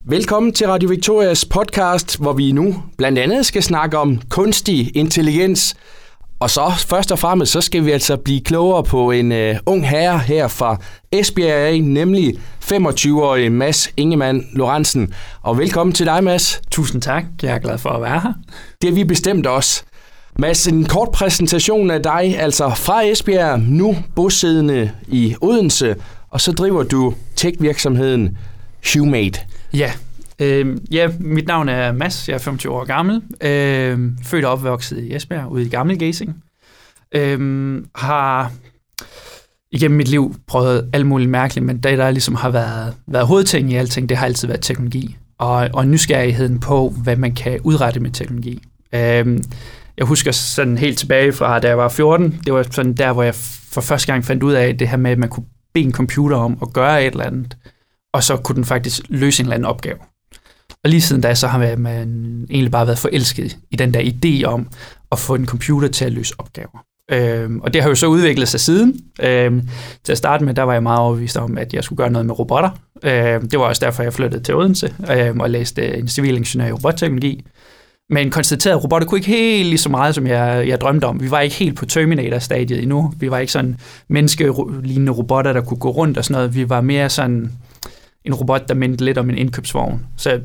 Velkommen til Radio Victorias podcast, hvor vi nu blandt andet skal snakke om kunstig intelligens. Og så først og fremmest, så skal vi altså blive klogere på en ung herre her fra Esbjerg, nemlig 25-årig Mads Ingemann Lorentzen. Og velkommen til dig, Mads. Tusind tak. Jeg er glad for at være her. Det er vi bestemt også. Mads, en kort præsentation af dig, altså fra Esbjerg, nu bosiddende i Odense, og så driver du tech-virksomheden Humate. Ja, mit navn er Mads, jeg er 25 år gammel, født og opvokset i Esbjerg, ude i Gammel Gæsing. Har igennem mit liv prøvet alt muligt mærkeligt, men det, der ligesom har været hovedting i alting, det har altid været teknologi, og nysgerrigheden på, hvad man kan udrette med teknologi. Jeg husker sådan helt tilbage fra, da jeg var 14, det var sådan der, hvor jeg for første gang fandt ud af det her med, at man kunne bede en computer om at gøre et eller andet, og så kunne den faktisk løse en eller anden opgave. Og lige siden da, så har man egentlig bare været forelsket i den der idé om at få en computer til at løse opgaver. Og det har jo så udviklet sig siden. Til at starte med, der var jeg meget overbevist om, at jeg skulle gøre noget med robotter. Det var også derfor, jeg flyttede til Odense og læste en civilingeniør i robotteknologi. Men konstaterede, at robotter kunne ikke helt lige så meget, som jeg drømte om. Vi var ikke helt på Terminator-stadiet endnu. Vi var ikke sådan menneskelignende robotter, der kunne gå rundt og sådan noget. Vi var mere sådan en robot, der mindte lidt om en indkøbsvogn.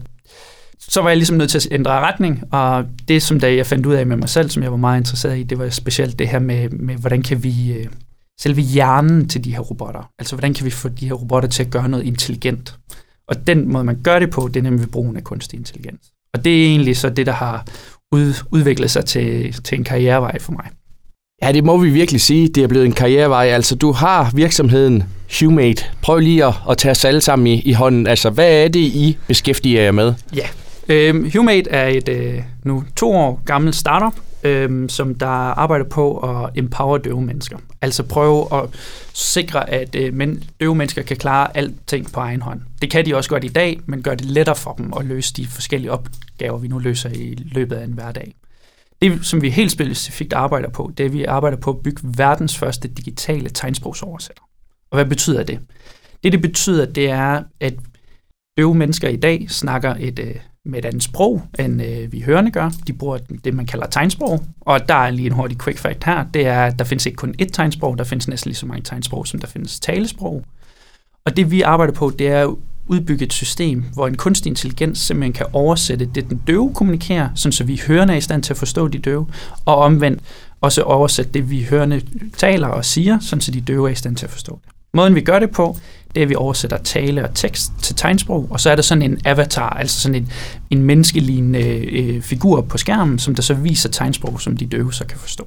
Så var jeg ligesom nødt til at ændre retning, og det, som jeg fandt ud af med mig selv, som jeg var meget interesseret i, det var specielt det her med hvordan kan vi selve hjernen til de her robotter, altså hvordan kan vi få de her robotter til at gøre noget intelligent. Og den måde, man gør det på, det er nemlig brugen af kunstig intelligens. Og det er egentlig så det, der har udviklet sig til en karrierevej for mig. Ja, det må vi virkelig sige. Det er blevet en karrierevej. Altså, du har virksomheden Humate. Prøv lige at tage os alle sammen i hånden. Altså, hvad er det, I beskæftiger jer med? Ja, Humate er et nu 2 år gammelt startup, som der arbejder på at empower døve mennesker. Altså prøve at sikre, at døve mennesker kan klare alting på egen hånd. Det kan de også godt i dag, men gør det lettere for dem at løse de forskellige opgaver, vi nu løser i løbet af en hverdag. Det, som vi helt specifikt arbejder på, det er, at vi arbejder på at bygge verdens første digitale tegnsprogsoversætter. Og hvad betyder det? Det betyder, det er, at døve mennesker i dag snakker med et andet sprog, end vi hørende gør. De bruger det, man kalder tegnsprog. Og der er lige en hurtig quick fact her. Det er, at der findes ikke kun ét tegnsprog, der findes næsten lige så mange tegnsprog, som der findes talesprog. Og det, vi arbejder på, det er at udbygge et system, hvor en kunstig intelligens simpelthen kan oversætte det, den døve kommunikerer, sådan så vi hørende er i stand til at forstå de døve, og omvendt også oversætte det, vi hørende taler og siger, sådan så de døve er i stand til at forstå det. Måden, vi gør det på, det er, at vi oversætter tale og tekst til tegnsprog, og så er der sådan en avatar, altså sådan en menneskelignende figur på skærmen, som der så viser tegnsprog, som de døve så kan forstå.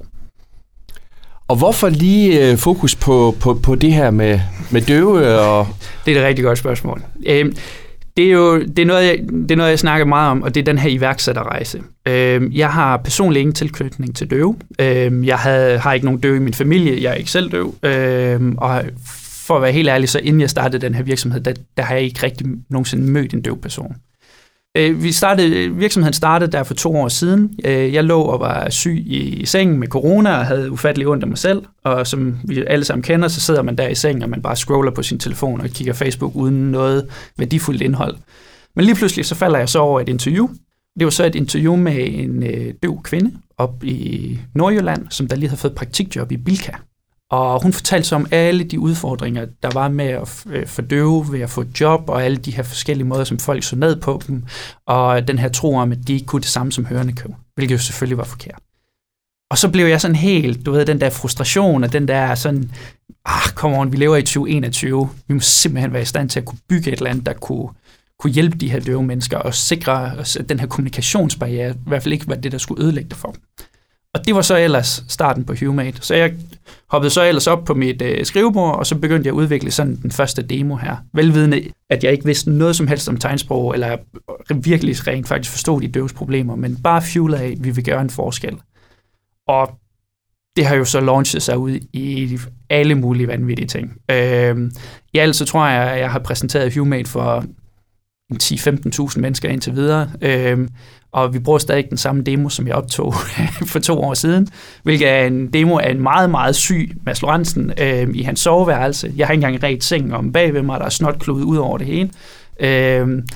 Og hvorfor lige fokus på det her med døve? Og Det er et rigtig godt spørgsmål. Det er noget, jeg snakker meget om, og det er den her iværksætterrejse. Jeg har personligt ingen tilknytning til døve. Jeg har ikke nogen døve i min familie. Jeg er ikke selv døv. Og for at være helt ærlig, så inden jeg startede den her virksomhed, der har jeg ikke rigtig nogensinde mødt en døv person. Virksomheden startede der for 2 år siden. Jeg lå og var syg i sengen med corona og havde ufattelig ondt af mig selv. Og som vi alle sammen kender, så sidder man der i sengen, og man bare scroller på sin telefon og kigger Facebook uden noget værdifuldt indhold. Men lige pludselig så falder jeg så over et interview. Det var så et interview med en døv kvinde op i Nordjylland, som der lige havde fået praktikjob i Bilka. Og hun fortalte så om alle de udfordringer, der var med at få døve ved at få et job, og alle de her forskellige måder, som folk så ned på dem, og den her tro om, at de ikke kunne det samme som hørende kunne, hvilket jo selvfølgelig var forkert. Og så blev jeg sådan helt, den der frustration, og den der sådan, come on, vi lever i 2021, vi må simpelthen være i stand til at kunne bygge et eller andet, der kunne hjælpe de her døve mennesker, og sikre, at den her kommunikationsbarriere i hvert fald ikke var det, der skulle ødelægge det for dem. Og det var så ellers starten på Humate. Så jeg hoppede så ellers op på mit skrivebord, og så begyndte jeg at udvikle sådan den første demo her. Velvidende, at jeg ikke vidste noget som helst om tegnsprog, eller virkelig rent faktisk forstod de døves problemer, men bare fuelet af, at vi vil gøre en forskel. Og det har jo så launchet sig ud i alle mulige vanvittige ting. I alt så tror jeg, at jeg har præsenteret Humate for 10-15.000 mennesker indtil videre. Og vi bruger stadig den samme demo, som jeg optog for 2 år siden, hvilket er en demo af en meget, meget syg Mads Lorentzen i hans soveværelse. Jeg har ikke engang ret sengen om bagved mig, der er snotklud ud over det hele.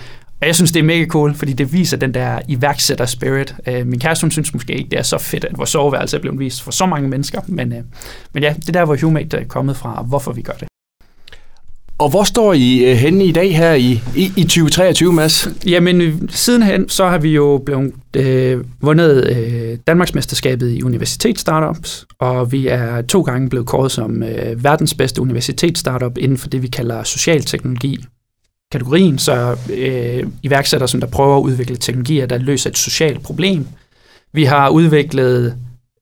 Og jeg synes, det er mega cool, fordi det viser den der iværksætter-spirit. Min kæreste, hun synes måske ikke, det er så fedt, at vores soveværelse er blevet vist for så mange mennesker. Men ja, det er der, hvor Humate er kommet fra, og hvorfor vi gør det. Og hvor står I henne i dag her i 2023, Mads? Jamen, sidenhen, så har vi jo blevet vundet Danmarksmesterskabet i universitetsstartups, og vi er 2 gange blevet kåret som verdens bedste universitetsstartup inden for det, vi kalder social teknologi-kategorien, så iværksættere, som der prøver at udvikle teknologier, der løser et socialt problem. Vi har udviklet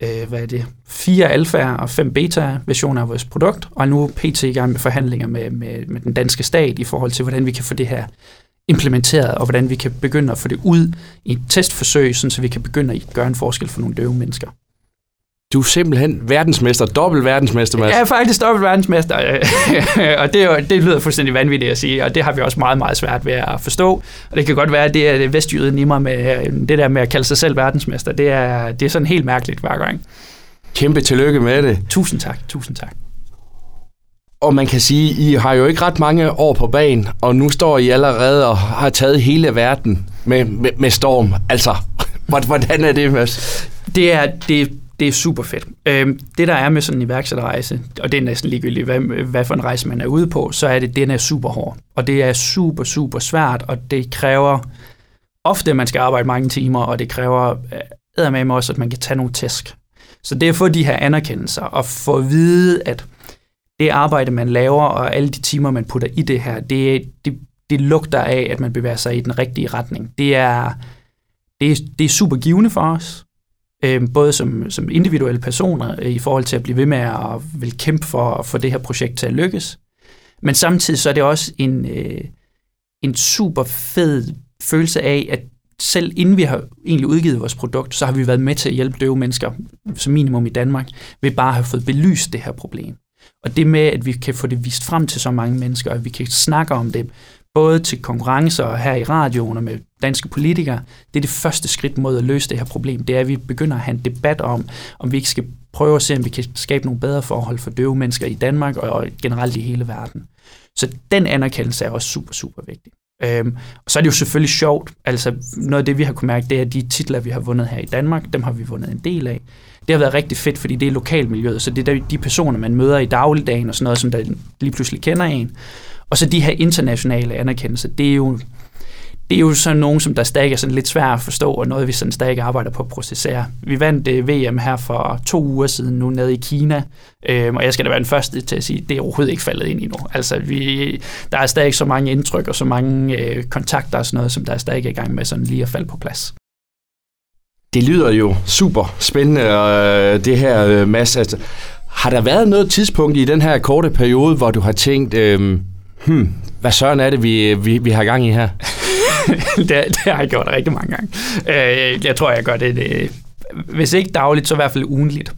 4 alfa og 5 beta versioner af vores produkt, og nu pt. I gang med forhandlinger med den danske stat i forhold til, hvordan vi kan få det her implementeret, og hvordan vi kan begynde at få det ud i et testforsøg, så vi kan begynde at gøre en forskel for nogle døve mennesker. Du er simpelthen verdensmester, dobbelt verdensmester, Mads. Jeg er faktisk dobbelt verdensmester, og det lyder fuldstændig vanvittigt at sige, og det har vi også meget, meget svært ved at forstå. Og det kan godt være, at det er det vestjyden i mig med det der med at kalde sig selv verdensmester. Det er sådan helt mærkeligt hver gang. Kæmpe tillykke med det. Tusind tak, tusind tak. Og man kan sige, I har jo ikke ret mange år på banen, og nu står I allerede og har taget hele verden med storm. Altså, hvordan er det, Mads? Det er super fedt. Det, der er med sådan en iværksætterrejse, og det er næsten ligegyldigt, hvad for en rejse man er ude på, så er den er super hård. Og det er super, super svært, og det kræver ofte, at man skal arbejde mange timer, og det kræver eddermame også, at man kan tage nogle tæsk. Så det at få de her anerkendelser, og få at vide, at det arbejde, man laver, og alle de timer, man putter i det her, det lugter af, at man bevæger sig i den rigtige retning. Det er super givende for os. Både som individuelle personer i forhold til at blive ved med at vil kæmpe for at få det her projekt til at lykkes. Men samtidig så er det også en super fed følelse af, at selv inden vi har egentlig udgivet vores produkt, så har vi været med til at hjælpe døve mennesker, som minimum i Danmark, ved bare at have fået belyst det her problem. Og det med, at vi kan få det vist frem til så mange mennesker, at vi kan snakke om det, både til konkurrencer og her i radioen og med danske politikere, det er det første skridt mod at løse det her problem. Det er, at vi begynder at have en debat om vi ikke skal prøve at se, om vi kan skabe nogle bedre forhold for døve mennesker i Danmark og generelt i hele verden. Så den anerkendelse er også super, super vigtig. Og så er det jo selvfølgelig sjovt. Altså noget af det, vi har kunnet mærke, det er de titler, vi har vundet her i Danmark. Dem har vi vundet en del af. Det har været rigtig fedt, fordi det er lokalmiljøet, så det er de personer, man møder i dagligdagen og sådan noget, som der lige pludselig kender en. Og så de her internationale anerkendelser, det er jo sådan nogen, som der stadig er sådan lidt svært at forstå, og noget, vi sådan stadig arbejder på at processere. Vi vandt VM her for 2 uger siden nu nede i Kina, og jeg skal da være den første til at sige, at det er overhovedet ikke faldet ind endnu. Altså, der er stadig så mange indtryk og så mange kontakter og sådan noget, som der er stadig i gang med sådan lige at falde på plads. Det lyder jo super spændende, det her, Mads. Altså, har der været noget tidspunkt i den her korte periode, hvor du har tænkt, hvad søren er det, vi har gang i her? det har jeg gjort rigtig mange gange. Jeg tror, jeg gør det, hvis ikke dagligt, så i hvert fald ugentligt.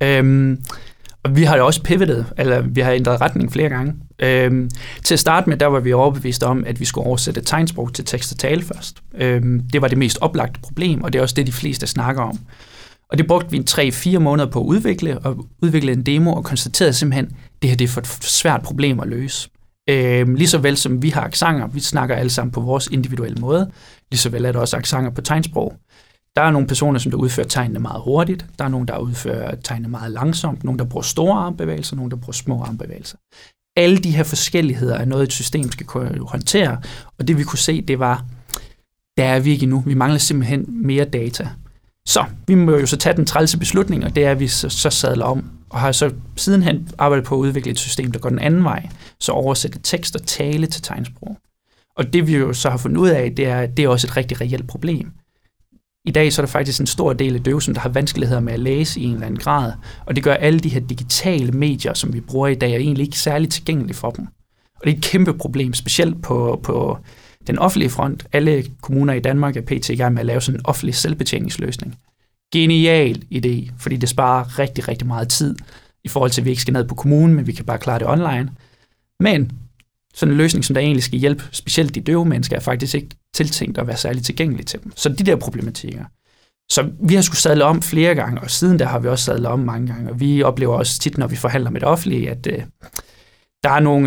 Og vi har jo også pivotet, eller vi har ændret retning flere gange. Til at starte med, der var vi overbevist om, at vi skulle oversætte tegnsprog til tekst og tale først. Det var det mest oplagte problem, og det er også det, de fleste snakker om. Og det brugte vi 3-4 måneder på at udvikle en demo, og konstaterede simpelthen, at det her det er for et svært problem at løse. Lige så vel som vi har accenter, vi snakker alle sammen på vores individuelle måde, lige så vel er der også accenter på tegnsprog. Der er nogle personer, som der udfører tegnene meget hurtigt, der er nogle, der udfører tegnene meget langsomt, nogle, der bruger store armbevægelser, nogle, der bruger små armbevægelser. Alle de her forskelligheder er noget, et system skal kunne håndtere, og det vi kunne se, det var, der er vi ikke endnu. Vi mangler simpelthen mere data. Så vi må jo så tage den trælse beslutning, og det er, at vi så sadler om, og har så sidenhen arbejdet på at udvikle et system, der går den anden vej, så oversætte tekst og tale til tegnsprog. Og det vi jo så har fundet ud af, det er også et rigtig reelt problem. I dag så er der faktisk en stor del af døve, som der har vanskeligheder med at læse i en eller anden grad, og det gør alle de her digitale medier, som vi bruger i dag, er egentlig ikke særligt tilgængelige for dem. Og det er et kæmpe problem, specielt på den offentlige front. Alle kommuner i Danmark er pt. I gang med at lave sådan en offentlig selvbetjeningsløsning. Genial idé, fordi det sparer rigtig, rigtig meget tid i forhold til, at vi ikke skal ned på kommunen, men vi kan bare klare det online. Men sådan en løsning, som der egentlig skal hjælpe specielt de døve mennesker, er faktisk ikke tiltænkt at være særligt tilgængelig til dem. Så de der problematikker. Så vi har skulle sadle om flere gange, og siden der har vi også sadlet om mange gange. Og vi oplever også tit, når vi forhandler med det offentlige, at der er nogle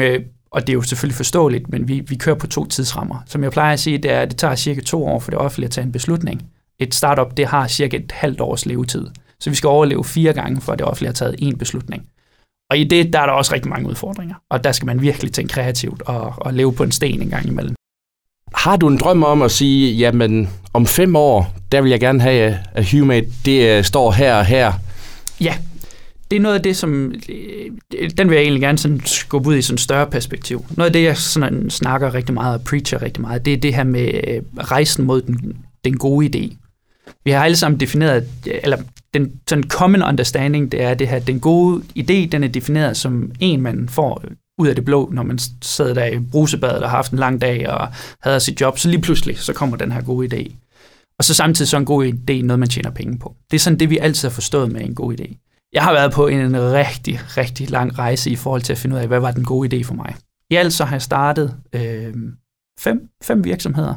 Og det er jo selvfølgelig forståeligt, men vi kører på 2 tidsrammer. Som jeg plejer at sige, det tager cirka 2 år for det offentlige at tage en beslutning. Et startup, det har cirka et halvt års levetid. Så vi skal overleve 4 gange, for det offentlige har taget 1 beslutning. Og i det, der er der også rigtig mange udfordringer. Og der skal man virkelig tænke kreativt og leve på en sten en gang imellem. Har du en drøm om at sige, jamen om 5 år, der vil jeg gerne have, at Humate, det står her og her? Ja, det er noget af det, som den vil jeg egentlig gerne sådan skubbe ud i sådan et større perspektiv. Noget af det, jeg sådan snakker rigtig meget og preacher rigtig meget, det er det her med rejsen mod den gode idé. Vi har alle sammen defineret, eller den sådan common understanding, det er det her, den gode idé, den er defineret som en, man får ud af det blå, når man sidder der i brusebadet og har haft en lang dag og havde sit job, så lige pludselig, så kommer den her gode idé. Og så samtidig så en god idé, noget man tjener penge på. Det er sådan det, vi altid har forstået med en god idé. Jeg har været på en rigtig, rigtig lang rejse i forhold til at finde ud af, hvad var den gode idé for mig. I alt så har jeg startet 5 virksomheder.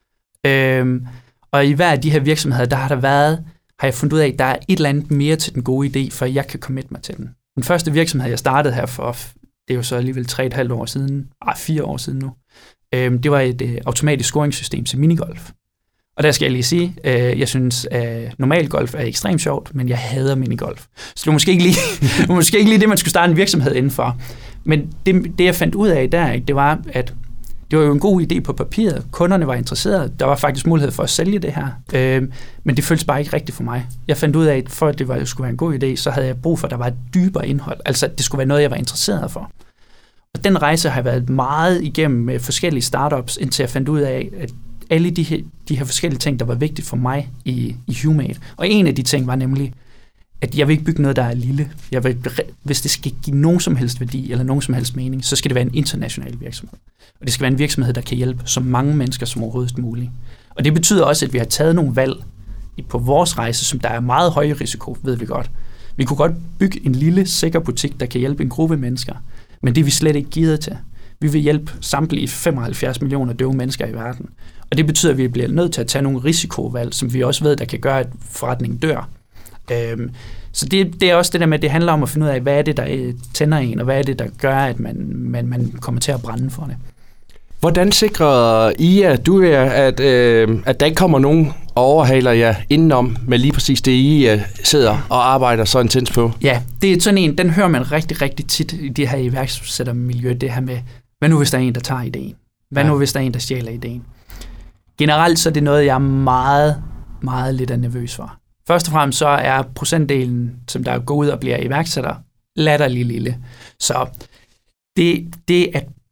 Og i hver af de her virksomheder, der har jeg fundet ud af, at der er et eller andet mere til den gode idé, for jeg kan commit mig til den. Den første virksomhed, jeg startede her for, det er jo så alligevel 3,5 år siden, 4 år siden nu, det var et automatisk scoringssystem til minigolf. Og der skal jeg lige sige, jeg synes, at normal golf er ekstremt sjovt, men jeg hader minigolf. Så det var måske ikke lige det, man skulle starte en virksomhed indenfor. Men det jeg fandt ud af der, det var, at det var jo en god idé på papiret. Kunderne var interesserede. Der var faktisk mulighed for at sælge det her. Men det føltes bare ikke rigtigt for mig. Jeg fandt ud af, at for at det skulle være en god idé, så havde jeg brug for, at der var et dybere indhold. Altså, at det skulle være noget, jeg var interesseret for. Og den rejse har jeg været meget igennem med forskellige startups, indtil jeg fandt ud af, at alle de her forskellige ting, der var vigtigt for mig i Humate. Og en af de ting var nemlig, at jeg vil ikke bygge noget, der er lille. Hvis det skal give nogen som helst værdi eller nogen som helst mening, så skal det være en international virksomhed. Og det skal være en virksomhed, der kan hjælpe så mange mennesker som overhovedet muligt. Og det betyder også, at vi har taget nogle valg på vores rejse, som der er meget høj risiko, ved vi godt. Vi kunne godt bygge en lille, sikker butik, der kan hjælpe en gruppe mennesker, men det er vi slet ikke givet til. Vi vil hjælpe samtlige 75 millioner døve mennesker i verden. Og det betyder, at vi bliver nødt til at tage nogle risikovalg, som vi også ved, der kan gøre, at forretningen dør. Så det er også det der med, at det handler om at finde ud af, hvad er det, der tænder en, og hvad er det, der gør, at man kommer til at brænde for det. Hvordan sikrer I, at der ikke kommer nogen og overhaler jer indenom med lige præcis det, I sidder og arbejder så intens på? Ja, det er sådan en, den hører man rigtig, rigtig tit i det her iværksættermiljø, det her med, hvad nu hvis der er en, der tager ideen? Hvad nu hvis der er en, der stjæler ideen? Generelt så er det noget, jeg er meget, meget lidt nervøs for. Først og fremmest så er procentdelen, som der går ud og bliver iværksætter, latterlig lille. Så det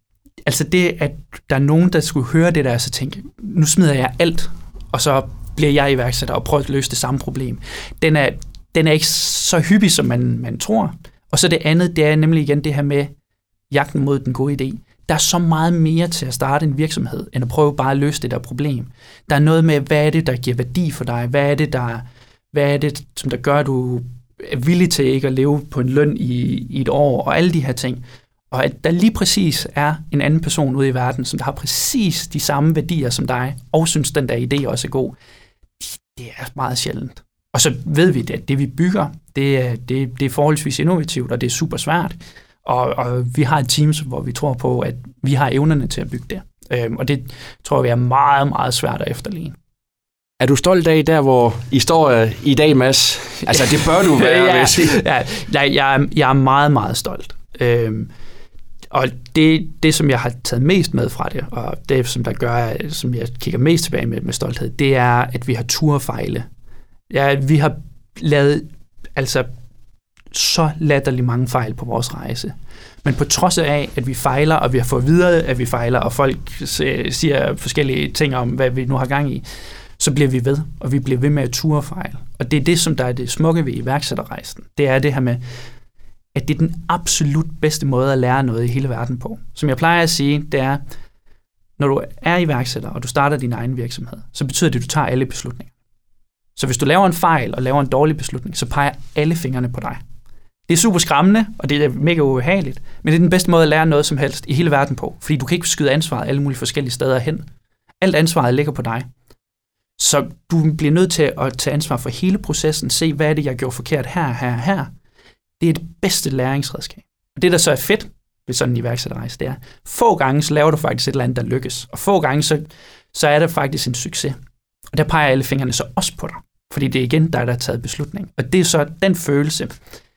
at der er nogen, der skulle høre det der, så tænke, nu smider jeg alt, og så bliver jeg iværksætter og prøver at løse det samme problem. Den er ikke så hyppig, som man tror. Og så det andet, det er nemlig igen det her med jagten mod den gode idé. Der er så meget mere til at starte en virksomhed, end at prøve bare at løse det der problem. Der er noget med, hvad er det, der giver værdi for dig? Hvad er det, som der gør, at du er villig til ikke at leve på en løn i et år, og alle de her ting. Og at der lige præcis er en anden person ude i verden, som der har præcis de samme værdier som dig, og synes, den der idé også er god, det er meget sjældent. Og så ved vi, at det vi bygger, det er forholdsvis innovativt, og det er super svært. Og vi har et team, hvor vi tror på, at vi har evnerne til at bygge det. Og det tror jeg er meget, meget svært at efterligne. Er du stolt af der, hvor I står i dag, Mads? Altså, det bør du være. Jeg er meget, meget stolt. Og det, som jeg har taget mest med fra det, og det, som der gør, som jeg kigger mest tilbage med stolthed, det er, at vi har turfejle. Ja, vi har lavet så latterligt mange fejl på vores rejse. Men på trods af, at vi fejler, og vi har fået videre, at vi fejler, og folk siger forskellige ting om, hvad vi nu har gang i, så bliver vi ved, og vi bliver ved med at turfejle. Og det er det, som der er det smukke ved iværksætterrejsen. Det er det her med, at det er den absolut bedste måde at lære noget i hele verden på. Som jeg plejer at sige, det er, når du er iværksætter, og du starter din egen virksomhed, så betyder det, at du tager alle beslutninger. Så hvis du laver en fejl og laver en dårlig beslutning, så peger alle fingrene på dig. Det er super skræmmende, og det er mega ubehageligt, men det er den bedste måde at lære noget som helst i hele verden på, fordi du kan ikke skyde ansvaret alle mulige forskellige steder hen. Alt ansvaret ligger på dig. Så du bliver nødt til at tage ansvar for hele processen, se hvad er det, jeg gjorde forkert her. Det er det bedste læringsredskab. Og det, der så er fedt, ved sådan en iværksætterrejse, det er, få gange så laver du faktisk et eller andet, der lykkes, og få gange så er det faktisk en succes. Og der peger alle fingrene så også på dig, fordi det er igen dig, der har taget beslutning. Og det er så den følelse,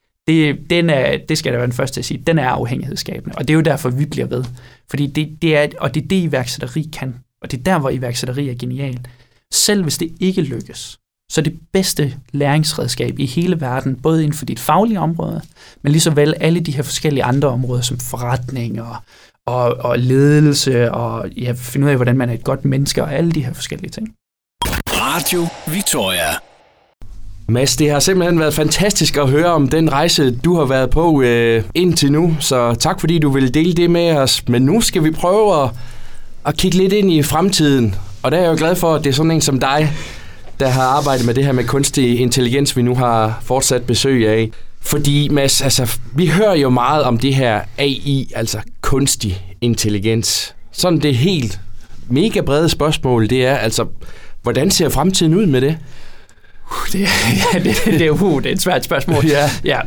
det skal jeg da være den første til at sige, den er afhængighedsskabende, og det er jo derfor, vi bliver ved. Fordi det er det iværksætteri kan, og det er der, hvor iværksætteri er genialt. Selv hvis det ikke lykkes, så er det bedste læringsredskab i hele verden, både inden for dit faglige område, men lige så vel alle de her forskellige andre områder, som forretning og ledelse, og finde ud af, hvordan man er et godt menneske, og alle de her forskellige ting. Radio Victoria. Mads, det har simpelthen været fantastisk at høre om den rejse, du har været på indtil nu, så tak fordi du vil dele det med os. Men nu skal vi prøve at kigge lidt ind i fremtiden, og der er jeg jo glad for, at det er sådan en som dig, der har arbejdet med det her med kunstig intelligens, vi nu har fortsat besøg af. Fordi, Mads, altså, vi hører jo meget om det her AI, altså kunstig intelligens. Sådan det helt mega brede spørgsmål, det er altså, hvordan ser fremtiden ud med det? Det er et svært spørgsmål. Ja.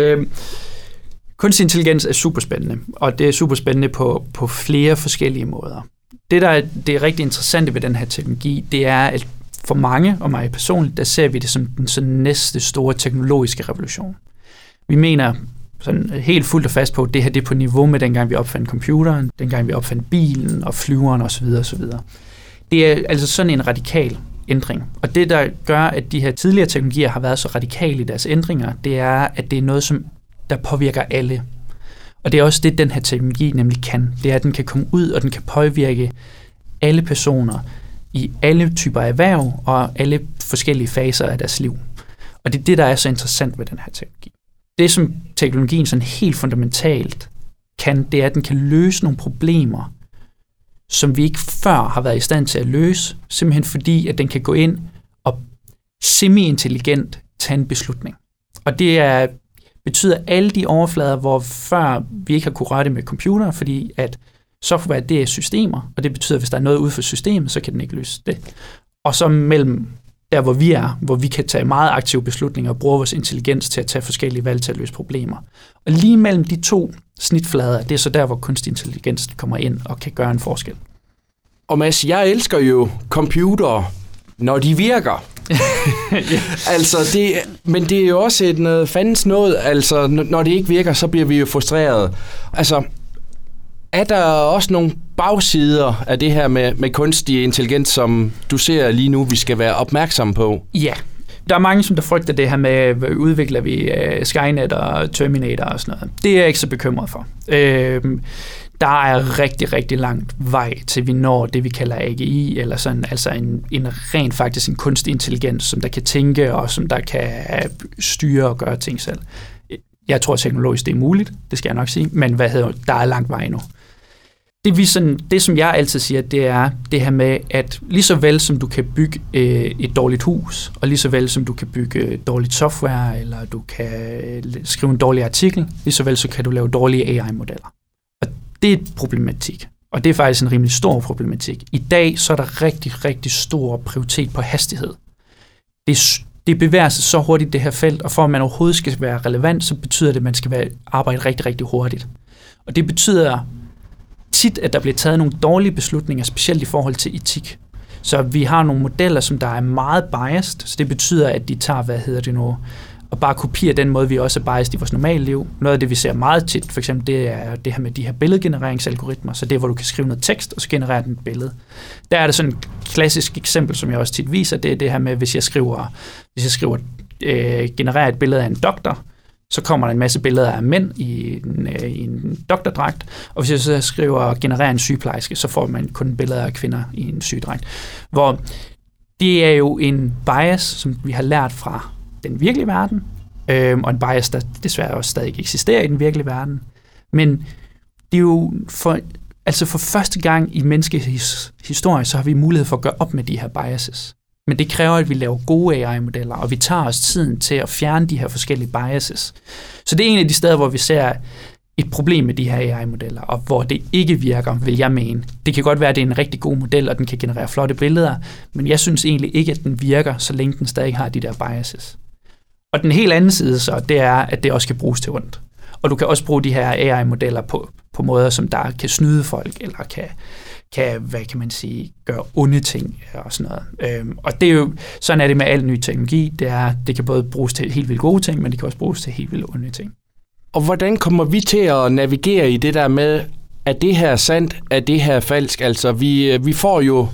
Kunstig intelligens er superspændende, og det er superspændende på flere forskellige måder. Det er rigtig interessante ved den her teknologi, det er, at for mange, og mig personligt, der ser vi det som den sådan næste store teknologiske revolution. Vi mener sådan helt fuldt og fast på, at det her det er på niveau med dengang vi opfandt computeren, dengang vi opfandt bilen og flyveren osv. osv. Det er altså sådan en radikal ændring. Og det, der gør, at de her tidligere teknologier har været så radikale i deres ændringer, det er, at det er noget, der påvirker alle. Og det er også det, den her teknologi nemlig kan. Det er, at den kan komme ud, og den kan påvirke alle personer i alle typer erhverv og alle forskellige faser af deres liv. Og det er det, der er så interessant ved den her teknologi. Det, som teknologien sådan helt fundamentalt kan, det er, at den kan løse nogle problemer, som vi ikke før har været i stand til at løse, simpelthen fordi, at den kan gå ind og semi-intelligent tage en beslutning. Og det betyder alle de overflader, hvor før vi ikke har kunnet røre det med computer, fordi at software, det er systemer, og det betyder, at hvis der er noget ude for systemet, så kan den ikke løse det. Og så mellem der, hvor vi er, hvor vi kan tage meget aktive beslutninger og bruge vores intelligens til at tage forskellige valg til at løse problemer. Og lige mellem de to snitflader, det er så der, hvor kunstig intelligens kommer ind og kan gøre en forskel. Og Mads, jeg elsker jo computere, når de virker. Altså, men det er jo også noget fandens noget. Altså, når det ikke virker, så bliver vi jo frustreret. Altså, er der også nogle bagsider af det her med kunstig intelligens, som du ser lige nu, vi skal være opmærksomme på? Ja. Der er mange, som der frygter det her med, udvikler vi Skynet og Terminator og sådan noget. Det er jeg ikke så bekymret for. Der er rigtig, rigtig langt vej til vi når det, vi kalder AGI, eller sådan, altså en rent faktisk en kunstig intelligens, som der kan tænke og som der kan styre og gøre ting selv. Jeg tror teknologisk, det er muligt, det skal jeg nok sige, men der er langt vej nu. Det, som jeg altid siger, det er det her med, at lige så vel som du kan bygge et dårligt hus, og lige så vel som du kan bygge dårligt software, eller du kan skrive en dårlig artikel, lige så vel så kan du lave dårlige AI-modeller. Og det er et problematik, og det er faktisk en rimelig stor problematik. I dag så er der rigtig, rigtig stor prioritet på hastighed. Det bevæger sig så hurtigt, det her felt, og for at man overhovedet skal være relevant, så betyder det, at man skal arbejde rigtig, rigtig hurtigt. Og det betyder tit, at der bliver taget nogle dårlige beslutninger, specielt i forhold til etik. Så vi har nogle modeller, som der er meget biased, så det betyder, at de tager, og bare kopierer den måde, vi også er biased i vores normale liv. Noget af det, vi ser meget tit, for eksempel, det er det her med de her billedgenereringsalgoritmer, så det er, hvor du kan skrive noget tekst, og så genererer den et billede. Der er det sådan et klassisk eksempel, som jeg også tit viser, det er det her med, hvis jeg skriver genererer et billede af en doktor, så kommer der en masse billeder af mænd i en doktordragt, og hvis jeg så skriver genererer en sygeplejerske, så får man kun billeder af kvinder i en sygedragt. Hvor det er jo en bias, som vi har lært fra den virkelige verden, og en bias, der desværre også stadig eksisterer i den virkelige verden. Men det er jo for første gang i menneskets historie, så har vi mulighed for at gøre op med de her biases. Men det kræver, at vi laver gode AI-modeller, og vi tager os tiden til at fjerne de her forskellige biases. Så det er en af de steder, hvor vi ser et problem med de her AI-modeller, og hvor det ikke virker, vil jeg mene. Det kan godt være, at det er en rigtig god model, og den kan generere flotte billeder, men jeg synes egentlig ikke, at den virker, så længe den stadig har de der biases. Og den helt anden side så, det er, at det også kan bruges til ondt. Og du kan også bruge de her AI-modeller på på måder, som der kan snyde folk, eller kan hvad kan man sige, gøre onde ting og sådan noget. Og det er jo, sådan er det med al ny teknologi, det kan både bruges til helt vildt gode ting, men det kan også bruges til helt vildt onde ting. Og hvordan kommer vi til at navigere i det der med, at det her er sandt, at det her er falsk? Altså, vi får jo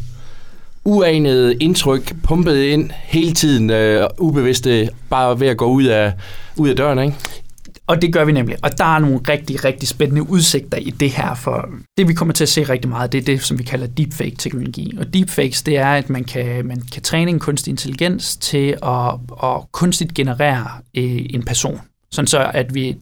uanede indtryk pumpet ind hele tiden, ubevidste, bare ved at gå ud af døren, ikke? Og det gør vi nemlig. Og der er nogle rigtig, rigtig spændende udsigter i det her. For det, vi kommer til at se rigtig meget, det er det, som vi kalder deepfake-teknologi. Og deepfakes, det er, at man kan træne en kunstig intelligens til at kunstigt generere en person. Sådan så, at vi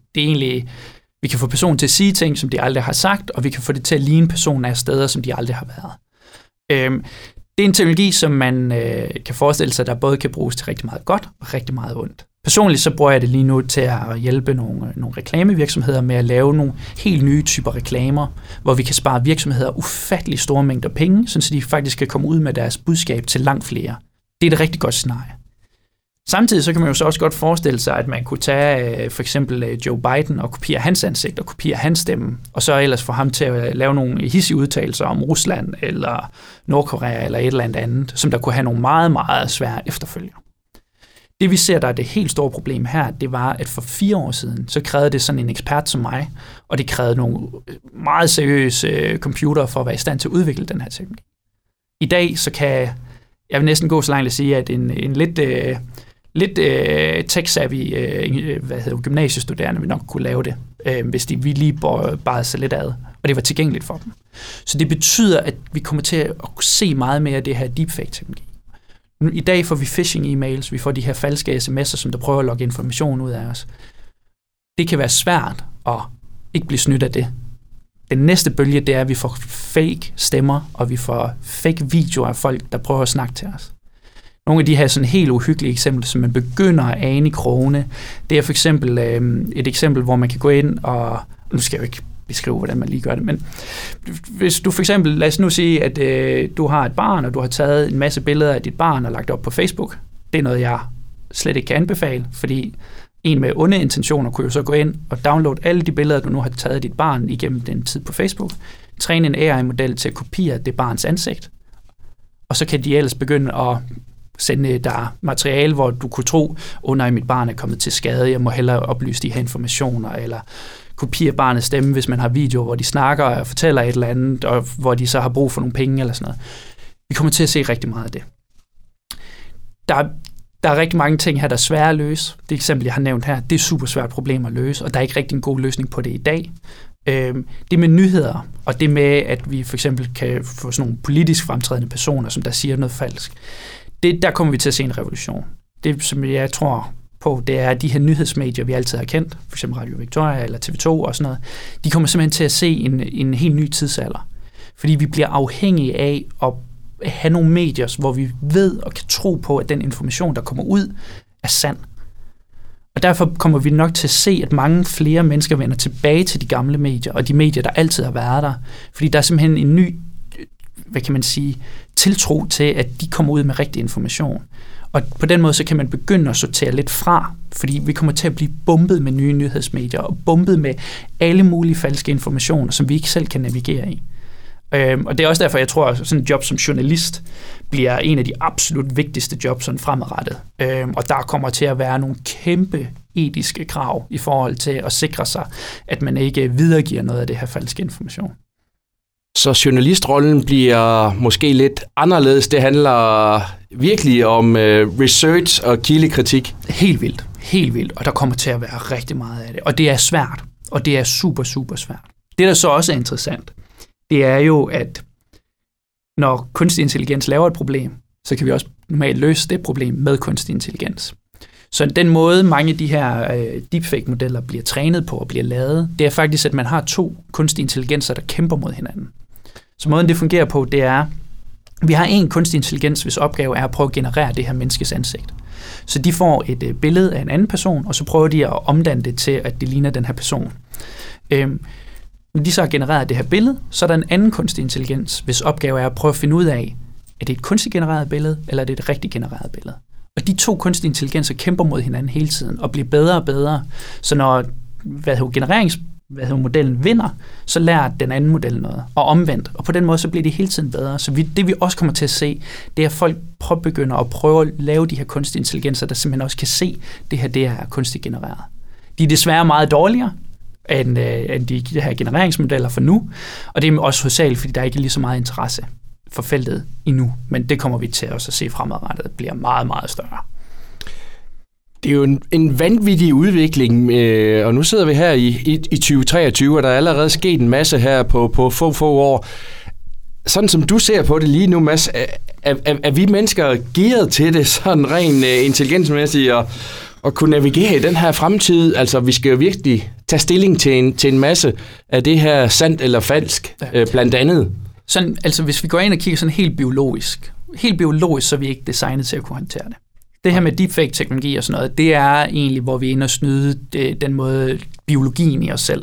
kan få personen til at sige ting, som de aldrig har sagt, og vi kan få det til at ligne personen af steder, som de aldrig har været. Det er en teknologi, som man kan forestille sig, der både kan bruges til rigtig meget godt og rigtig meget ondt. Personligt så bruger jeg det lige nu til at hjælpe nogle reklamevirksomheder med at lave nogle helt nye typer reklamer, hvor vi kan spare virksomheder ufattelig store mængder penge, så de faktisk kan komme ud med deres budskab til langt flere. Det er et rigtig godt scenarie. Samtidig så kan man jo så også godt forestille sig, at man kunne tage for eksempel Joe Biden og kopiere hans ansigt og kopiere hans stemme, og så ellers få ham til at lave nogle hidsige udtalelser om Rusland eller Nordkorea eller et eller andet, som der kunne have nogle meget, meget svære efterfølger. Det vi ser, der er det helt store problem her, det var, at for 4 år siden, så krævede det sådan en ekspert som mig, og det krævede nogle meget seriøse computere for at være i stand til at udvikle den her teknologi. I dag så kan jeg vil næsten gå så langt at sige, at en lidt tech-savvy gymnasiestuderende vil nok kunne lave det, hvis de lige bare sig lidt ad, og det var tilgængeligt for dem. Så det betyder, at vi kommer til at se meget mere af det her deepfake-teknologi. I dag får vi phishing-emails, vi får de her falske sms'er, som der prøver at logge information ud af os. Det kan være svært at ikke blive snydt af det. Den næste bølge, det er, at vi får fake stemmer, og vi får fake videoer af folk, der prøver at snakke til os. Nogle af de her sådan helt uhyggelige eksempler, som man begynder at ane i krogene, det er for eksempel et eksempel, hvor man kan gå ind og... Nu skal jeg jo ikke beskrive, hvordan man lige gør det, men hvis du for eksempel, lad os nu sige, at du har et barn, og du har taget en masse billeder af dit barn og lagt det op på Facebook. Det er noget, jeg slet ikke kan anbefale, fordi en med onde intentioner kunne jo så gå ind og downloade alle de billeder, du nu har taget af dit barn igennem den tid på Facebook, træne en AI-model til at kopiere det barns ansigt, og så kan de ellers begynde at sende dig materiale, hvor du kunne tro, nej, mit barn er kommet til skade, jeg må hellere oplyse de her informationer, eller kopiere barnets stemme, hvis man har videoer, hvor de snakker og fortæller et eller andet, og hvor de så har brug for nogle penge eller sådan noget. Vi kommer til at se rigtig meget af det. Der er rigtig mange ting her, der er svære at løse. Det eksempel, jeg har nævnt her, det er super svært problem at løse, og der er ikke rigtig en god løsning på det i dag. Det med nyheder, og det med, at vi for eksempel kan få sådan nogle politisk fremtrædende personer, som der siger noget falsk, der kommer vi til at se en revolution. Det, som jeg tror på, det er de her nyhedsmedier, vi altid har kendt, for eksempel Radio Victoria eller TV2 og sådan noget, de kommer simpelthen til at se en helt ny tidsalder. Fordi vi bliver afhængige af at have nogle medier, hvor vi ved og kan tro på, at den information, der kommer ud, er sand. Og derfor kommer vi nok til at se, at mange flere mennesker vender tilbage til de gamle medier, og de medier, der altid har været der. Fordi der er simpelthen en ny, tiltro til, at de kommer ud med rigtig information. Og på den måde, så kan man begynde at sortere lidt fra, fordi vi kommer til at blive bombet med nye nyhedsmedier, og bombet med alle mulige falske informationer, som vi ikke selv kan navigere i. Og det er også derfor, jeg tror, at sådan et job som journalist bliver en af de absolut vigtigste jobs sådan fremadrettet. Og der kommer til at være nogle kæmpe etiske krav i forhold til at sikre sig, at man ikke videregiver noget af det her falske information. Så journalistrollen bliver måske lidt anderledes. Det handler virkelig om research og kildekritik. Helt vildt. Og der kommer til at være rigtig meget af det. Og det er svært. Og det er super, super svært. Det, der så også er interessant, det er jo, at når kunstig intelligens laver et problem, så kan vi også normalt løse det problem med kunstig intelligens. Så den måde, mange af de her deepfake-modeller bliver trænet på og bliver lavet, det er faktisk, at man har 2 kunstige intelligenser, der kæmper mod hinanden. Så måden det fungerer på, det er, vi har en kunstig intelligens, hvis opgave er at prøve at generere det her menneskes ansigt. Så de får et billede af en anden person, og så prøver de at omdanne det til, at det ligner den her person. Når de så har genereret det her billede, så er der en anden kunstig intelligens, hvis opgave er at prøve at finde ud af, er det et kunstigt genereret billede, eller er det et rigtigt genereret billede. Og de 2 kunstige intelligenser kæmper mod hinanden hele tiden, og bliver bedre og bedre. Så når modellen vinder, så lærer den anden model noget, og omvendt. Og på den måde, så bliver det hele tiden bedre. Så det vi også kommer til at se, det er, at folk begynder at prøve at lave de her kunstige intelligenser, der simpelthen også kan se, det er kunstigt genereret. De er desværre meget dårligere end de her genereringsmodeller for nu, og det er også hovedsageligt, fordi der ikke er lige så meget interesse for feltet endnu, men det kommer vi til også at se fremadrettet, det bliver meget, meget større. Det er jo en vanvittig udvikling, og nu sidder vi her i 2023, og der er allerede sket en masse her på få år. Sådan som du ser på det lige nu, Mads, er vi mennesker gearet til det, sådan rent intelligensmæssigt, og kunne navigere i den her fremtid? Altså, vi skal jo virkelig tage stilling til en masse af det her sandt eller falsk, blandt andet. Sådan, altså, hvis vi går ind og kigger sådan helt biologisk, så er vi ikke designet til at kunne håndtere det. Det her med deepfake-teknologi og sådan noget, det er egentlig, hvor vi er inde og snyde den måde biologien i os selv.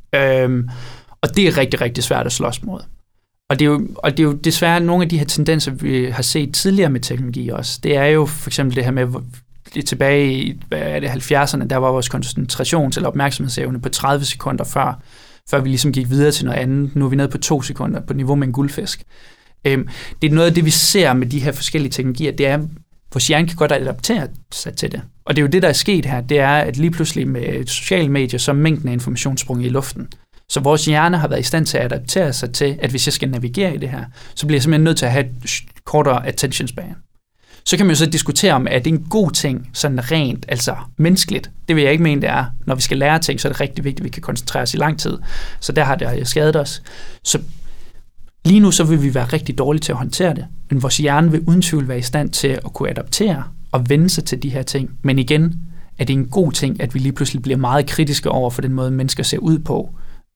Og det er rigtig, rigtig svært at slås mod. Og det er jo desværre nogle af de her tendenser, vi har set tidligere med teknologi også. Det er jo for eksempel det her med, tilbage i 70'erne, der var vores koncentrations- eller opmærksomhedsevne på 30 sekunder før vi ligesom gik videre til noget andet. Nu er vi nede på 2 sekunder på niveau med en guldfisk. Det er noget af det, vi ser med de her forskellige teknologier, det er, vores hjerne kan godt adaptere sig til det. Og det er jo det, der er sket her, det er, at lige pludselig med sociale medier, så er mængden af information sprunget i luften. Så vores hjerne har været i stand til at adaptere sig til, at hvis jeg skal navigere i det her, så bliver jeg simpelthen nødt til at have et kortere attention span. Så kan man jo så diskutere om, at det er en god ting, sådan rent, altså menneskeligt. Det vil jeg ikke mene, det er. Når vi skal lære ting, så er det rigtig vigtigt, at vi kan koncentrere os i lang tid. Så der har det skadet os. Så lige nu så vil vi være rigtig dårlige til at håndtere det. Men vores hjerne vil uden tvivl være i stand til at kunne adaptere og vende sig til de her ting. Men igen, er det en god ting, at vi lige pludselig bliver meget kritiske over for den måde, mennesker ser ud på.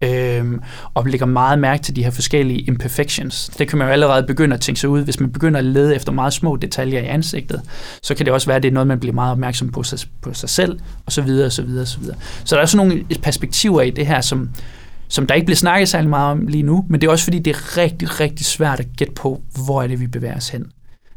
Og lægger meget mærke til de her forskellige imperfections. Det kan man jo allerede begynde at tænke sig ud. Hvis man begynder at lede efter meget små detaljer i ansigtet, så kan det også være, at det er noget, man bliver meget opmærksom på sig selv, og så videre, og så videre, og så videre. Så der er sådan nogle perspektiver i det her, som der ikke bliver snakket særlig meget om lige nu, men det er også fordi, det er rigtig, rigtig svært at gætte på, hvor er det, vi bevæger os hen.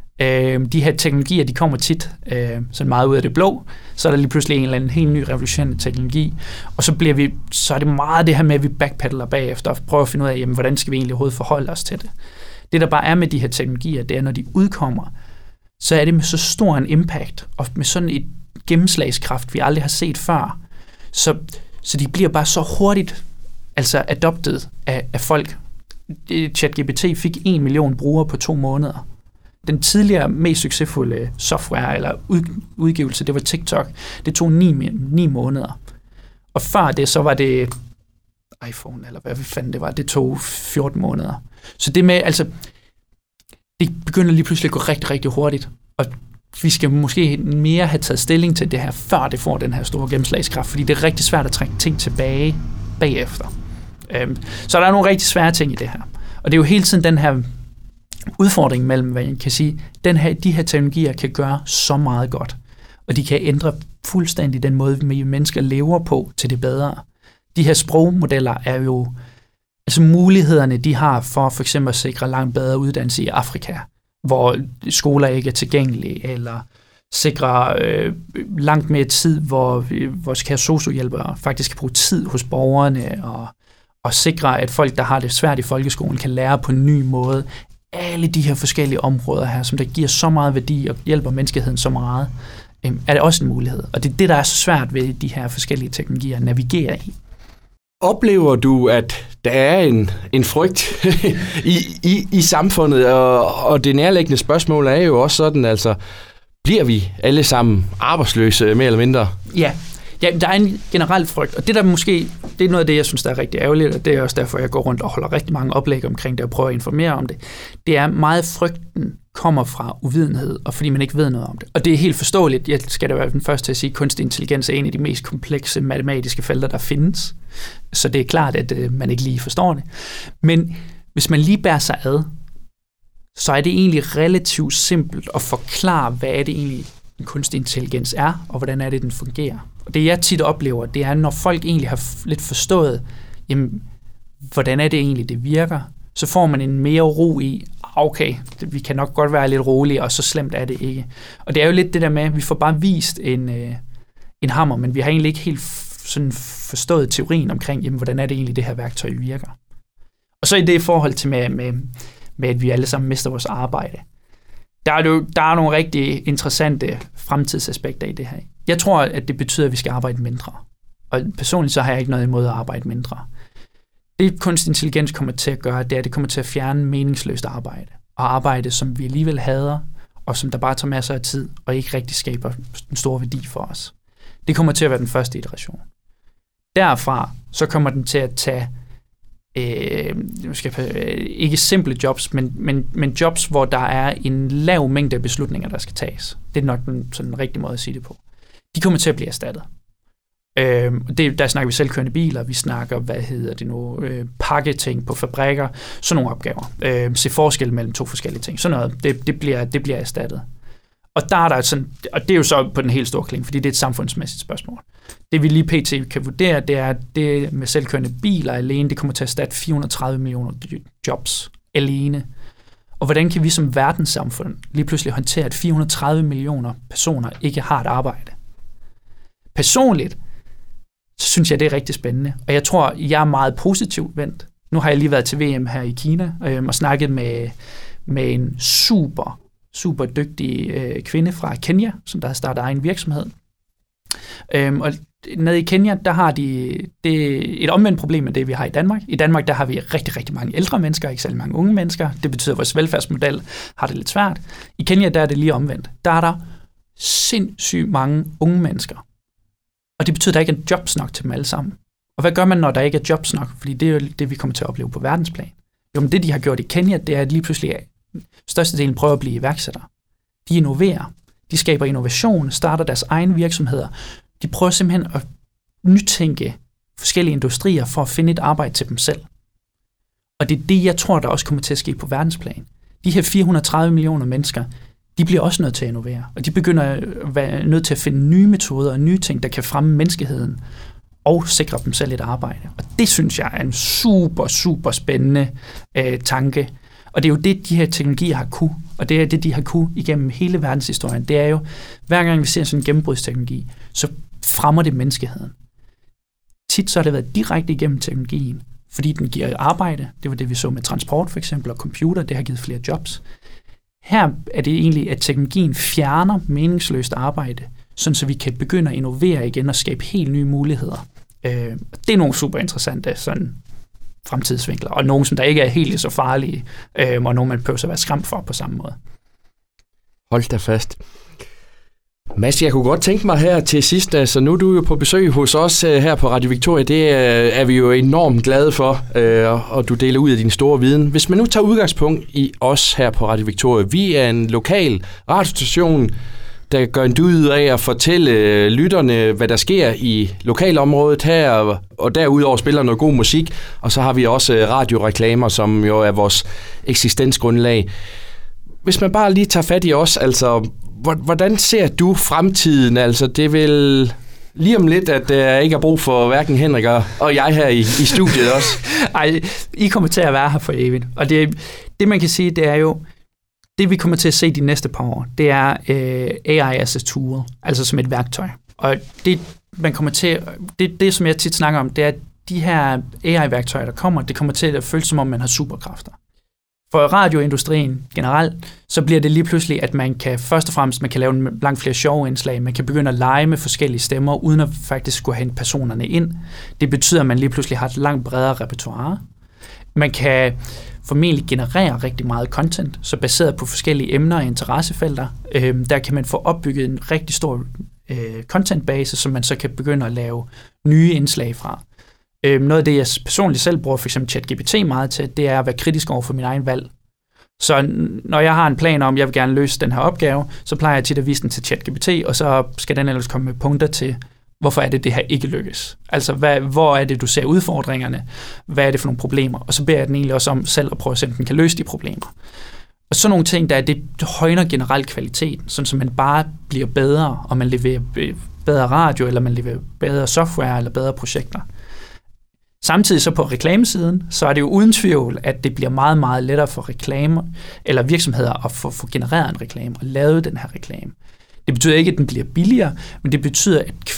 De her teknologier, de kommer tit sådan meget ud af det blå, så er der lige pludselig en eller anden helt ny revolutionerende teknologi, og så er det meget det her med, at vi backpedaler bagefter og prøver at finde ud af, jamen, hvordan skal vi egentlig overhovedet forholde os til det. Det, der bare er med de her teknologier, det er, når de udkommer, så er det med så stor en impact, og med sådan et gennemslagskraft, vi aldrig har set før, så de bliver bare så hurtigt adopted af folk. ChatGPT fik 1 million brugere på 2 måneder. Den tidligere mest succesfulde software eller udgivelse, det var TikTok. Det tog 9 måneder. Og før det, så var det iPhone, eller hvad fanden det var. Det tog 14 måneder. Så det med, det begynder lige pludselig at gå rigtig, rigtig hurtigt. Og vi skal måske mere have taget stilling til det her, før det får den her store gennemslagskraft, fordi det er rigtig svært at trække ting tilbage bagefter. Så der er nogle rigtig svære ting i det her. Og det er jo hele tiden den her udfordring mellem, hvad jeg kan sige, de her teknologier kan gøre så meget godt, og de kan ændre fuldstændig den måde, vi mennesker lever på til det bedre. De her sprogmodeller er jo, mulighederne, de har for eksempel at sikre langt bedre uddannelse i Afrika, hvor skoler ikke er tilgængelige, eller sikre langt mere tid, hvor vores kære sosu-hjælpere faktisk kan bruge tid hos borgerne, og sikre, at folk, der har det svært i folkeskolen, kan lære på en ny måde. Alle de her forskellige områder her, som der giver så meget værdi og hjælper menneskeheden så meget, er det også en mulighed. Og det er det, der er så svært ved de her forskellige teknologier at navigere i. Oplever du, at der er en frygt i samfundet, og det nærliggende spørgsmål er jo også sådan, bliver vi alle sammen arbejdsløse, mere eller mindre? Ja, der er en generel frygt, og det der måske, det er noget af det, jeg synes, der er rigtig ærgerligt, og det er også derfor, jeg går rundt og holder rigtig mange oplæg omkring det, og prøver at informere om det. Det er meget frygten kommer fra uvidenhed, og fordi man ikke ved noget om det. Og det er helt forståeligt. Jeg skal da være den første til at sige, at kunstig intelligens er en af de mest komplekse matematiske felter, der findes. Så det er klart, at man ikke lige forstår det. Men hvis man lige bærer sig ad, så er det egentlig relativt simpelt at forklare, hvad er det egentlig, en kunstig intelligens er, og hvordan er det, den fungerer. Og det, jeg tit oplever, det er, når folk egentlig har lidt forstået, jamen, hvordan er det egentlig, det virker, så får man en mere ro i, okay, vi kan nok godt være lidt rolige, og så slemt er det ikke. Og det er jo lidt det der med, at vi får bare vist en hammer, men vi har egentlig ikke helt sådan forstået teorien omkring, jamen, hvordan er det egentlig, det her værktøj virker. Og så i det forhold til med at vi alle sammen mister vores arbejde. Der er nogle rigtig interessante fremtidsaspekter i det her. Jeg tror, at det betyder, at vi skal arbejde mindre. Og personligt så har jeg ikke noget imod at arbejde mindre. Det kunstig intelligens kommer til at gøre, det er, at det kommer til at fjerne meningsløst arbejde. Og arbejde, som vi alligevel hader, og som der bare tager masser af tid, og ikke rigtig skaber en stor værdi for os. Det kommer til at være den første iteration. Derfra, så kommer den til at tage ikke simple jobs, men jobs, hvor der er en lav mængde af beslutninger, der skal tages. Det er nok sådan en rigtig måde at sige det på. De kommer til at blive erstattet. Der snakker vi selvkørende biler, vi snakker, pakketing på fabrikker, sådan nogle opgaver. Se forskel mellem to forskellige ting. Sådan noget, det bliver erstattet. Og der er der sådan, og det er jo så på den helt store klinge, fordi det er et samfundsmæssigt spørgsmål. Det vi lige pt. Kan vurdere, det er, at det med selvkørende biler alene, det kommer til at erstatte 430 millioner jobs alene. Og hvordan kan vi som verdenssamfund lige pludselig håndtere, at 430 millioner personer ikke har et arbejde? Personligt, så synes jeg, det er rigtig spændende. Og jeg tror, jeg er meget positivt vendt. Nu har jeg lige været til VM her i Kina og snakket med en super dygtig kvinde fra Kenya, som der har startet egen virksomhed. Og nede i Kenya, der har de et omvendt problem med det, vi har i Danmark. I Danmark, der har vi rigtig, rigtig mange ældre mennesker, ikke særlig mange unge mennesker. Det betyder, at vores velfærdsmodel har det lidt svært. I Kenya, der er det lige omvendt. Der er der sindssygt mange unge mennesker. Og det betyder, at der ikke er jobs nok til dem alle sammen. Og hvad gør man, når der ikke er jobs nok? Fordi det er jo det, vi kommer til at opleve på verdensplan. Jo, men det, de har gjort i Kenya, det er, at lige pludselig størstedelen prøver at blive iværksættere. De innoverer. De skaber innovation, starter deres egne virksomheder. De prøver simpelthen at nytænke forskellige industrier for at finde et arbejde til dem selv. Og det er det, jeg tror, der også kommer til at ske på verdensplan. De her 430 millioner mennesker, de bliver også nødt til at innovere. Og de begynder at være nødt til at finde nye metoder og nye ting, der kan fremme menneskeheden og sikre dem selv et arbejde. Og det synes jeg er en super spændende tanke. Og det er jo det, de her teknologier har kunne, og det er det, de har kunne igennem hele verdenshistorien. Det er jo, hver gang vi ser sådan en gennembrudsteknologi, så fremmer det menneskeheden. Tit så har det været direkte igennem teknologien, fordi den giver arbejde. Det var det, vi så med transport for eksempel, og computer, det har givet flere jobs. Her er det egentlig, at teknologien fjerner meningsløst arbejde, sådan så vi kan begynde at innovere igen og skabe helt nye muligheder. Det er nogle super interessante sådan fremtidsvinkler, og nogle, som der ikke er helt så farlige, og nogle, man behøver at være skræmt for på samme måde. Hold da fast. Mads, jeg kunne godt tænke mig her til sidst, altså nu er du jo på besøg hos os her på Radio Victoria, det er vi jo enormt glade for, og du deler ud af din store viden. Hvis man nu tager udgangspunkt i os her på Radio Victoria, vi er en lokal radiostation, der gør en dyd af at fortælle lytterne, hvad der sker i lokalområdet her, og derudover spiller noget god musik, og så har vi også radioreklamer, som jo er vores eksistensgrundlag. Hvis man bare lige tager fat i os, altså, hvordan ser du fremtiden? Altså, det er vel lige om lidt, at der ikke er brug for hverken Henrik og jeg her i studiet også. Ej, I kommer til at være her for evigt. Og det man kan sige, det er jo, det vi kommer til at se de næste par år, det er AI as a tool, altså som et værktøj. Og det, man kommer til, det som jeg tit snakker om, det er, at de her AI-værktøjer, der kommer, det kommer til at føles som om, man har superkræfter. For radioindustrien generelt, så bliver det lige pludselig, at man kan først og fremmest man kan lave langt flere sjove indslag, man kan begynde at lege med forskellige stemmer, uden at faktisk skulle hente personerne ind. Det betyder, at man lige pludselig har et langt bredere repertoire. Man kan formentlig generere rigtig meget content, så baseret på forskellige emner og interessefelter, der kan man få opbygget en rigtig stor contentbase, som man så kan begynde at lave nye indslag fra. Noget af det, jeg personligt selv bruger for eksempel ChatGPT meget til, det er at være kritisk over for min egen valg. Så når jeg har en plan om, at jeg vil gerne løse den her opgave, så plejer jeg tit at vise den til ChatGPT, og så skal den ellers komme med punkter til, hvorfor er det her ikke lykkes. Altså, hvor er det, du ser udfordringerne? Hvad er det for nogle problemer? Og så beder jeg den egentlig også om selv at prøve at se, om den kan løse de problemer. Og sådan nogle ting, det højner generelt kvaliteten, sådan så man bare bliver bedre, og man leverer bedre radio, eller man leverer bedre software, eller bedre projekter. Samtidig så på reklamesiden, så er det jo uden tvivl, at det bliver meget, meget lettere for reklamer eller virksomheder at få genereret en reklame og lavet den her reklame. Det betyder ikke, at den bliver billigere, men det betyder, at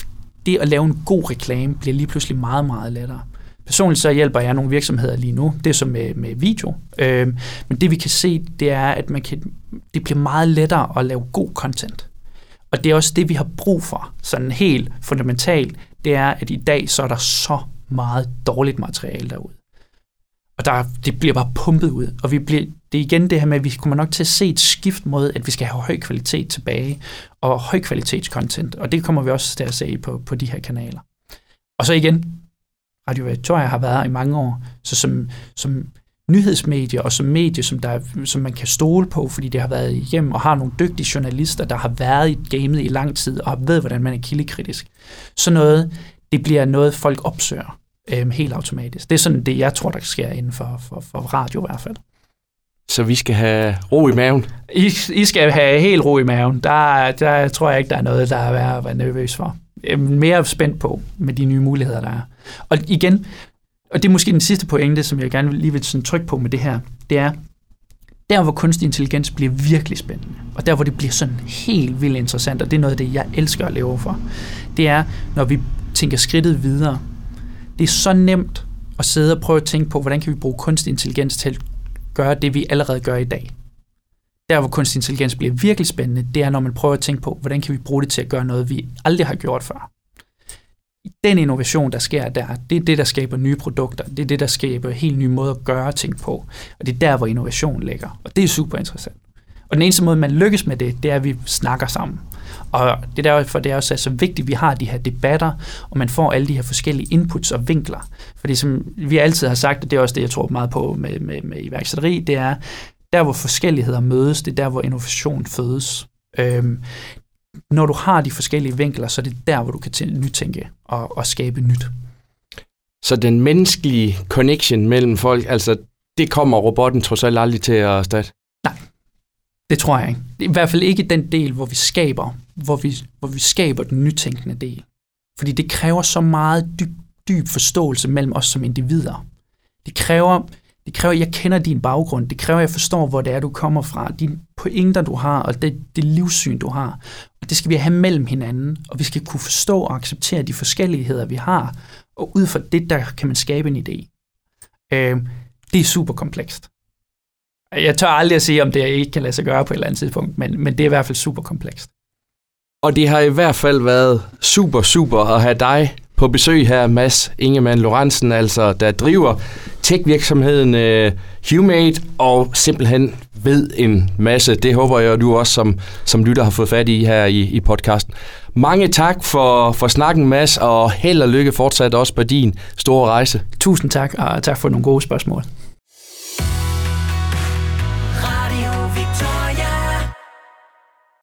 det at lave en god reklame bliver lige pludselig meget, meget lettere. Personligt så hjælper jeg nogle virksomheder lige nu, det er så med video. Men det vi kan se, det er, at det bliver meget lettere at lave god content. Og det er også det, vi har brug for, sådan helt fundamentalt, det er, at i dag så er der så meget dårligt materiale derude. Og det bliver bare pumpet ud. Og det er igen det her med, at vi kommer nok til at se et skift mod, at vi skal have høj kvalitet tilbage, og høj kvalitetscontent. Og det kommer vi også til at se på de her kanaler. Og så igen, Radio Victoria har været i mange år, så som nyhedsmedie og som medie, som man kan stole på, fordi det har været hjem og har nogle dygtige journalister, der har været i gamet i lang tid og ved, hvordan man er kildekritisk. Så noget, det bliver noget, folk opsøger helt automatisk. Det er sådan det, jeg tror, der sker inden for radio i hvert fald. Så vi skal have ro i maven? I skal have helt ro i maven. Der tror jeg ikke, der er noget, der er værd at være nervøs for. Jeg er mere spændt på med de nye muligheder, der er. Og igen, og det er måske den sidste pointe, som jeg gerne lige vil sådan trykke på med det her, det er, der hvor kunstig intelligens bliver virkelig spændende, og der hvor det bliver sådan helt vildt interessant, og det er noget af det, jeg elsker at leve for, det er, når vi tænker skridtet videre. Det er så nemt at sidde og prøve at tænke på, hvordan kan vi bruge kunstig intelligens til at gøre det, vi allerede gør i dag. Der hvor kunstig intelligens bliver virkelig spændende, det er, når man prøver at tænke på, hvordan kan vi bruge det til at gøre noget, vi aldrig har gjort før. Den innovation, der sker der, det er det, der skaber nye produkter. Det er det, der skaber helt nye måder at gøre ting på. Og det er der, hvor innovation ligger. Og det er super interessant. Og den eneste måde, man lykkes med det, det er, at vi snakker sammen. Og det er derfor, det er også så vigtigt, at vi har de her debatter, og man får alle de her forskellige inputs og vinkler. Fordi som vi altid har sagt, og det er også det, jeg tror meget på med iværksætteri, det er, der hvor forskelligheder mødes, det er der, hvor innovation fødes. Når du har de forskellige vinkler, så er det der, hvor du kan nytænke og skabe nyt. Så den menneskelige connection mellem folk, altså det kommer robotten trods alt aldrig til at erstatte? Nej, det tror jeg ikke. I hvert fald ikke den del, hvor vi skaber den nytænkende del. Fordi det kræver så meget dyb forståelse mellem os som individer. Det kræver, jeg kender din baggrund. Det kræver, jeg forstår, hvor det er, du kommer fra. De pointer, du har, og det livssyn, du har. Og det skal vi have mellem hinanden. Og vi skal kunne forstå og acceptere de forskelligheder, vi har. Og ud fra det, der kan man skabe en idé. Det er super komplekst. Jeg tør aldrig at sige, om det ikke kan lade sig gøre på et eller andet tidspunkt, men det er i hvert fald super komplekst. Og det har i hvert fald været super at have dig på besøg her, Mads Ingemann Lorentzen, altså der driver tech-virksomheden Humate og simpelthen ved en masse. Det håber jeg, du også som lytter har fået fat i her i podcasten. Mange tak for snakken, Mads, og held og lykke fortsat også på din store rejse. Tusind tak, og tak for nogle gode spørgsmål.